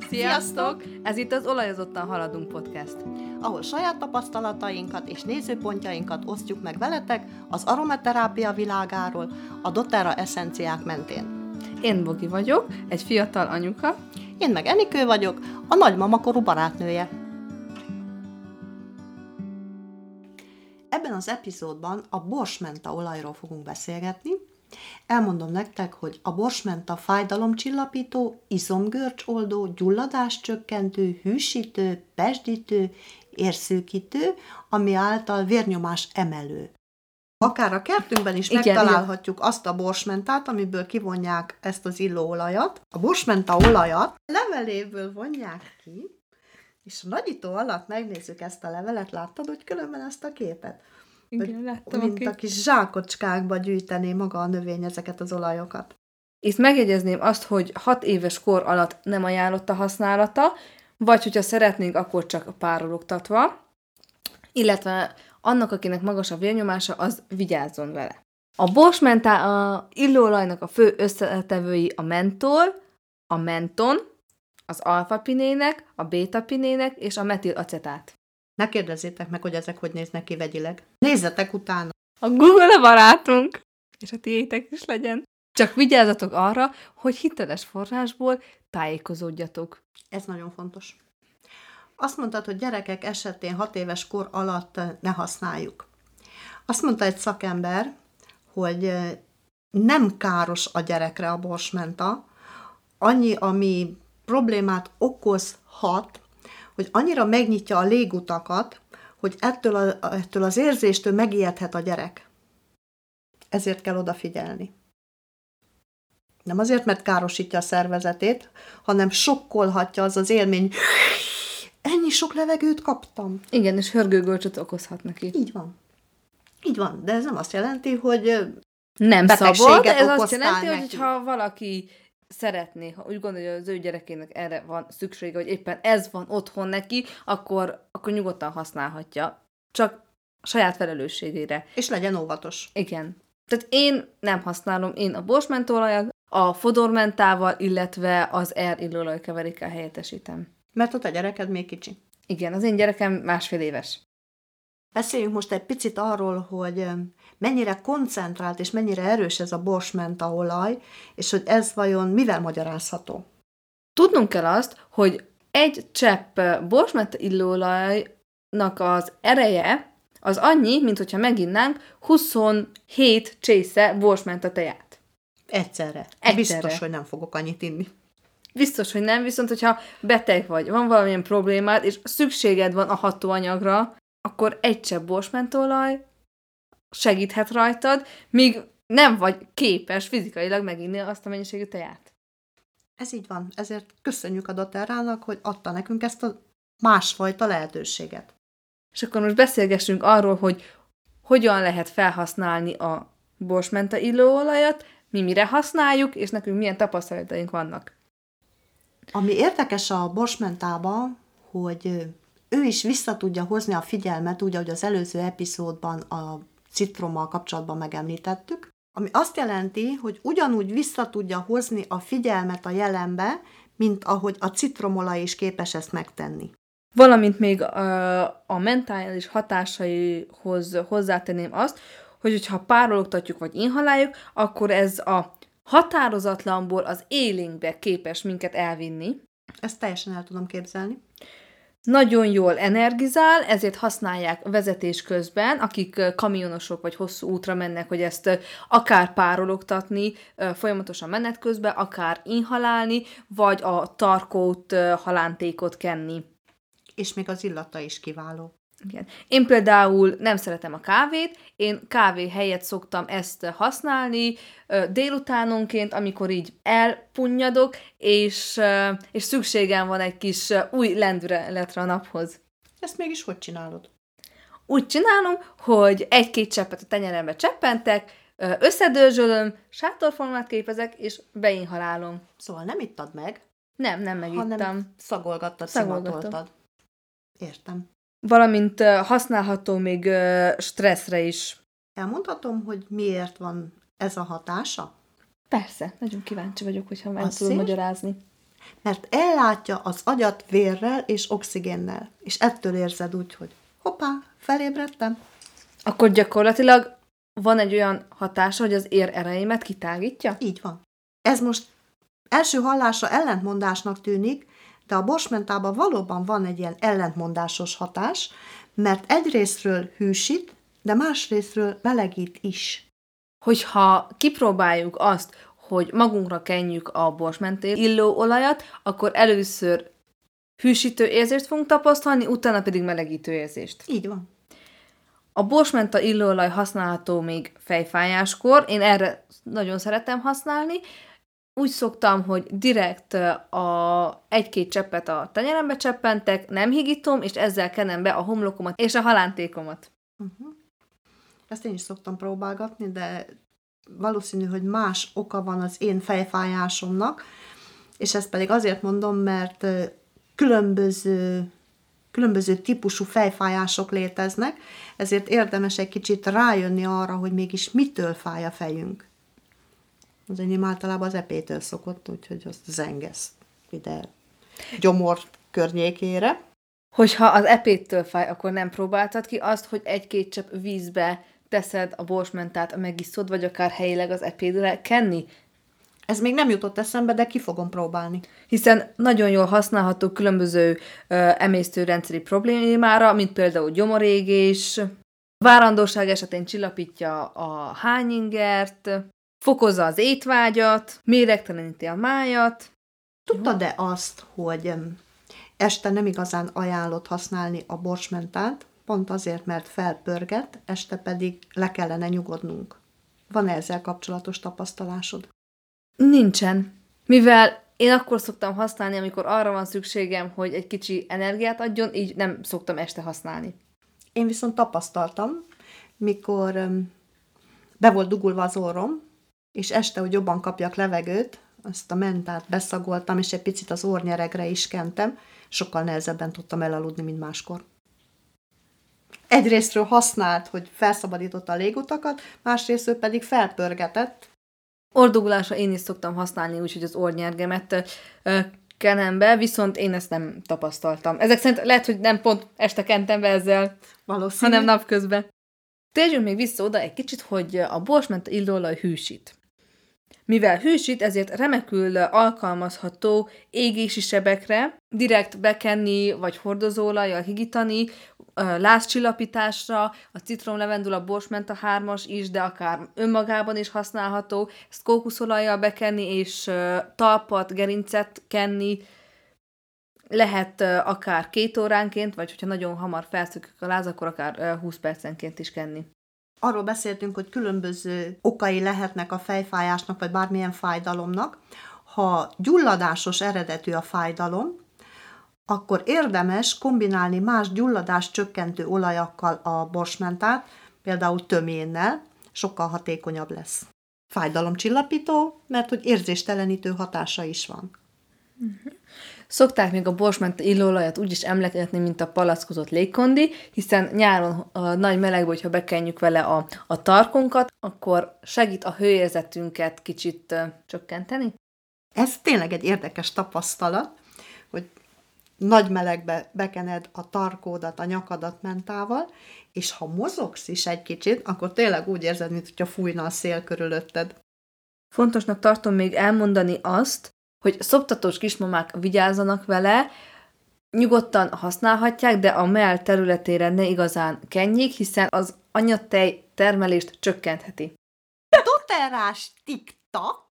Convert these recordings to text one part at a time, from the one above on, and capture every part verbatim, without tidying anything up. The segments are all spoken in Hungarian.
Sziasztok! Ez itt az Olajozottan Haladunk podcast, ahol saját tapasztalatainkat és nézőpontjainkat osztjuk meg veletek az aromaterápia világáról a doTERRA eszenciák mentén. Én Bogi vagyok, egy fiatal anyuka. Én meg Enikő vagyok, a nagymamakorú barátnője. Ebben az epizódban a borsmenta olajról fogunk beszélgetni. Elmondom nektek, hogy a borsmenta fájdalomcsillapító, izomgörcsoldó, gyulladáscsökkentő, hűsítő, pesdítő, érszűkítő, ami által vérnyomás emelő. Akár a kertünkben is igen, megtalálhatjuk igen. azt a borsmentát, amiből kivonják ezt az illóolajat. A borsmenta olajat leveléből vonják ki, és a nagyító alatt megnézzük ezt a levelet. Láttad, hogy különben ezt a képet? Igen, láttam, mint a kis zsákocskákba gyűjtené maga a növény ezeket az olajokat. Itt megjegyezném azt, hogy hat éves kor alatt nem ajánlott a használata, vagy hogyha szeretnénk, akkor csak párologtatva, illetve annak, akinek magas a vérnyomása, az vigyázzon vele. A borsmenta a illóolajnak a fő összetevői a mentol, a menton, az alfapinének, a bétapinének és a metilacetát. Ne kérdezzétek meg, hogy ezek hogy néznek ki vegyileg. Nézzetek utána! A Google a barátunk, és a tiétek is legyen. Csak vigyázzatok arra, hogy hiteles forrásból tájékozódjatok. Ez nagyon fontos. Azt mondtad, hogy gyerekek esetén hat éves kor alatt ne használjuk. Azt mondta egy szakember, hogy nem káros a gyerekre a borsmenta, annyi, ami problémát okozhat, hogy annyira megnyitja a légutakat, hogy ettől, a, ettől az érzéstől megijedhet a gyerek. Ezért kell odafigyelni. Nem azért, mert károsítja a szervezetét, hanem sokkolhatja az az élmény. Ennyi sok levegőt kaptam. Igen, és hörgőgörcsöt okozhat neki. Így van. Így van, de ez nem azt jelenti, hogy nem szabad, ez azt jelenti, neki. hogy ha valaki szeretné, ha úgy gondolja, hogy az ő gyerekének erre van szüksége, hogy éppen ez van otthon neki, akkor, akkor nyugodtan használhatja. Csak a saját felelősségére. És legyen óvatos. Igen. Tehát én nem használom, én a borsmentaolajat a fodormentával, illetve az R illóolaj keverékkel helyettesítem. Mert ott a gyereked még kicsi. Igen, az én gyerekem másfél éves. Beszéljünk most egy picit arról, hogy mennyire koncentrált és mennyire erős ez a borsmentaolaj, és hogy ez vajon mivel magyarázható. Tudnunk kell azt, hogy egy csepp borsmenta illóolajnak az ereje az annyi, mint hogyha meginnánk huszonhét csésze borsmenta teját. Egyszerre. Egyszerre. Biztos, hogy nem fogok annyit inni. Biztos, hogy nem, viszont hogyha beteg vagy, van valamilyen problémád, és szükséged van a hatóanyagra, akkor egy csepp borsmentaolaj segíthet rajtad, míg nem vagy képes fizikailag meginni azt a mennyiségű teját. Ez így van. Ezért köszönjük a doTERRA-nak, hogy adta nekünk ezt a másfajta lehetőséget. És akkor most beszélgessünk arról, hogy hogyan lehet felhasználni a borsmenta illóolajat, mi mire használjuk, és nekünk milyen tapasztalataink vannak. Ami érdekes a borsmentában, hogy ő is vissza tudja hozni a figyelmet, úgy, ahogy az előző epizódban a citrommal kapcsolatban megemlítettük, ami azt jelenti, hogy ugyanúgy vissza tudja hozni a figyelmet a jelenbe, mint ahogy a citromolaj is képes ezt megtenni. Valamint még a, a mentális hatásaihoz hozzátenném azt, hogy hogyha párologtatjuk vagy inhaláljuk, akkor ez a határozatlanból az élénkbe képes minket elvinni. Ezt teljesen el tudom képzelni. Nagyon jól energizál, ezért használják vezetés közben, akik kamionosok vagy hosszú útra mennek, hogy ezt akár párologtatni folyamatosan menet közben, akár inhalálni, vagy a tarkót, halántékot kenni. És még az illata is kiváló. Igen. Én például nem szeretem a kávét, én kávé helyett szoktam ezt használni délutánonként, amikor így elpunnyadok, és, és szükségem van egy kis új lendületre a naphoz. Ezt mégis hogy csinálod? Úgy csinálom, hogy egy-két cseppet a tenyerembe cseppentek, összedörzsölöm, sátorformát képezek, és beinhalálom. Szóval nem ittad meg? Nem, nem megittam. Hanem szagolgattad, szimatoltad. Értem. Valamint használható még stresszre is. Elmondhatom, hogy miért van ez a hatása? Persze, nagyon kíváncsi vagyok, hogyha meg Azért, tudom magyarázni. Mert ellátja az agyat vérrel és oxigénnel. És ettől érzed úgy, hogy hoppá, felébredtem. Akkor gyakorlatilag van egy olyan hatása, hogy az ér erejémet kitágítja? Így van. Ez most első hallásra ellentmondásnak tűnik, de a borsmentában valóban van egy ilyen ellentmondásos hatás, mert egyrészről hűsít, de másrészről melegít is. Hogyha kipróbáljuk azt, hogy magunkra kenjük a borsmentél illó olajat, akkor először hűsítő érzést fogunk tapasztalni, utána pedig melegítő érzést. Így van. A borsmenta illóolaj használható még fejfájáskor, én erre nagyon szeretem használni. Úgy szoktam, hogy direkt a egy-két cseppet a tenyerembe cseppentek, nem higítom, és ezzel kenem be a homlokomat és a halántékomat. Uh-huh. Ezt én is szoktam próbálgatni, de valószínű, hogy más oka van az én fejfájásomnak, és ezt pedig azért mondom, mert különböző, különböző típusú fejfájások léteznek, ezért érdemes egy kicsit rájönni arra, hogy mégis mitől fáj a fejünk. Az enyém általában az epétől szokott, úgyhogy azt zengesz ide gyomor környékére. Hogyha az epéttől fáj, akkor nem próbáltad ki azt, hogy egy-két csepp vízbe teszed a borsmentát, megiszod, vagy akár helyileg az epédre kenni? Ez még nem jutott eszembe, de ki fogom próbálni. Hiszen nagyon jól használható különböző ö, emésztőrendszeri problémára, mint például gyomorégés, várandóság esetén csillapítja a hányingert, fokozza az étvágyat, méregteleníti a májat. Tudtad-e azt, hogy este nem igazán ajánlott használni a borsmentát, pont azért, mert felpörget, este pedig le kellene nyugodnunk? Van-e ezzel kapcsolatos tapasztalásod? Nincsen. Mivel én akkor szoktam használni, amikor arra van szükségem, hogy egy kicsi energiát adjon, így nem szoktam este használni. Én viszont tapasztaltam, mikor be volt dugulva az orrom, és este, hogy jobban kapjak levegőt, azt a mentát beszagoltam, és egy picit az orrnyeregre is kentem, sokkal nehezebben tudtam elaludni, mint máskor. Egyrésztről használt, hogy felszabadította a légutakat, másrésztről pedig felpörgetett. Orrdugulásra én is szoktam használni, úgyhogy az orrnyergemet kenem be, viszont én ezt nem tapasztaltam. Ezek szerint lehet, hogy nem pont este kentem be ezzel, valószínű, hanem napközben. Térjünk még vissza oda egy kicsit, hogy a borsmenta illóolaj hűsít. Mivel hűsít, ezért remekül alkalmazható égési sebekre, direkt bekenni, vagy hordozóolajjal higítani, lázcsillapításra, a citromlevendula borsmenta hármas is, de akár önmagában is használható, ezt kókuszolajjal bekenni, és talpat, gerincet kenni, lehet akár két óránként, vagy hogyha nagyon hamar felszökök a láz, akkor akár húsz percenként is kenni. Arról beszéltünk, hogy különböző okai lehetnek a fejfájásnak, vagy bármilyen fájdalomnak. Ha gyulladásos eredetű a fájdalom, akkor érdemes kombinálni más gyulladás csökkentő olajakkal a borsmentát, például töménnel, sokkal hatékonyabb lesz. Fájdalomcsillapító, mert hogy érzéstelenítő hatása is van. Uh-huh. Szokták még a borsmenta illóolajat úgy is emlegetni, mint a palackozott légkondi, hiszen nyáron a nagy melegben, hogyha bekenjük vele a, a tarkunkat, akkor segít a hőérzetünket kicsit uh, csökkenteni. Ez tényleg egy érdekes tapasztalat, hogy nagy melegbe bekened a tarkódat, a nyakadat mentával, és ha mozogsz is egy kicsit, akkor tényleg úgy érzed, mintha fújna a szél körülötted. Fontosnak tartom még elmondani azt, hogy szoptatós kismamák vigyázzanak vele, nyugodtan használhatják, de a mell területére ne igazán kenjék, hiszen az anyatej termelést csökkentheti. Doterás tiktak,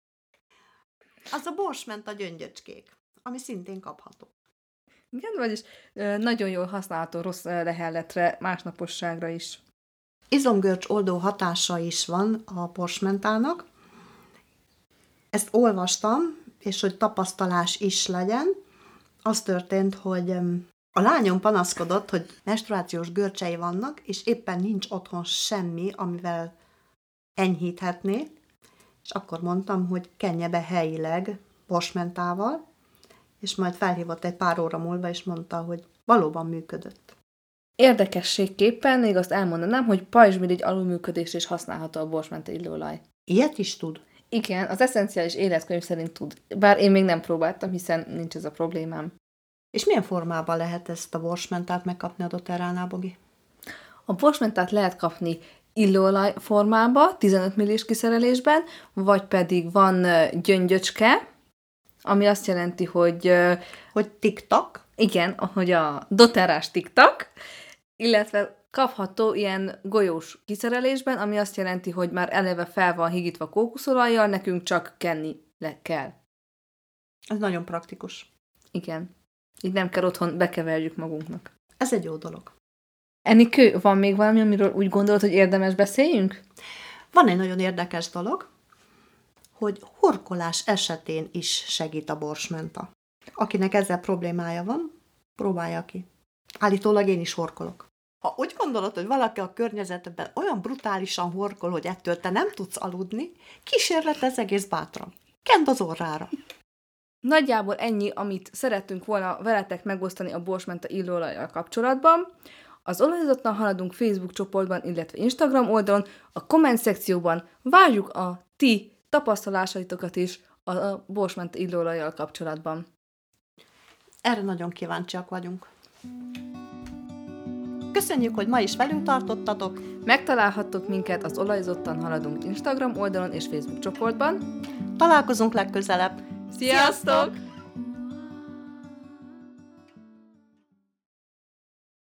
az a borsmenta gyöngyöcskék, ami szintén kapható. Igen, vagyis nagyon jól használható rossz lehelletre, másnaposságra is. Izomgörcs oldó hatása is van a borsmentának. Ezt olvastam, és hogy tapasztalás is legyen. Az történt, hogy a lányom panaszkodott, hogy menstruációs görcsei vannak, és éppen nincs otthon semmi, amivel enyhíthetné, és akkor mondtam, hogy kenje be helyileg borsmentával, és majd felhívott egy pár óra múlva, és mondta, hogy valóban működött. Érdekességképpen még azt elmondanám, hogy pajzsmirigy alulműködésre is használható a borsmenta illóolaj. Ilyet is tud? Igen, az eszenciális életkönyv szerint tud. Bár én még nem próbáltam, hiszen nincs ez a problémám. És milyen formában lehet ezt a borsmentát megkapni a doTERRA-nál, Bogi? A borsmentát lehet kapni illóolaj formába, tizenöt millis kiszerelésben, vagy pedig van gyöngyöcske, ami azt jelenti, hogy... Hogy tiktak? Igen, hogy a doTERRA-s tiktak, illetve kapható ilyen golyós kiszerelésben, ami azt jelenti, hogy már eleve fel van higítva kókuszolajjal, nekünk csak kenni le kell. Ez nagyon praktikus. Igen. Így nem kell otthon bekeverjük magunknak. Ez egy jó dolog. Enikő, van még valami, amiről úgy gondolod, hogy érdemes beszéljünk? Van egy nagyon érdekes dolog, hogy horkolás esetén is segít a borsmenta. Akinek ezzel problémája van, próbálja ki. Állítólag én is horkolok. Ha úgy gondolod, hogy valaki a környezetben olyan brutálisan horkol, hogy ettől te nem tudsz aludni, kísérletezz egész bátran. Kend az orrára. Nagyjából ennyi, amit szerettünk volna veletek megosztani a borsmenta illóolajjal kapcsolatban. Az Olajozottan Haladunk Facebook csoportban, illetve Instagram oldalon, a komment szekcióban várjuk a ti tapasztalásaitokat is a borsmenta illóolajjal kapcsolatban. Erre nagyon kíváncsiak vagyunk. Köszönjük, hogy ma is velünk tartottatok. Megtalálhattok minket az Olajozottan Haladunk Instagram oldalon és Facebook csoportban. Találkozunk legközelebb. Sziasztok!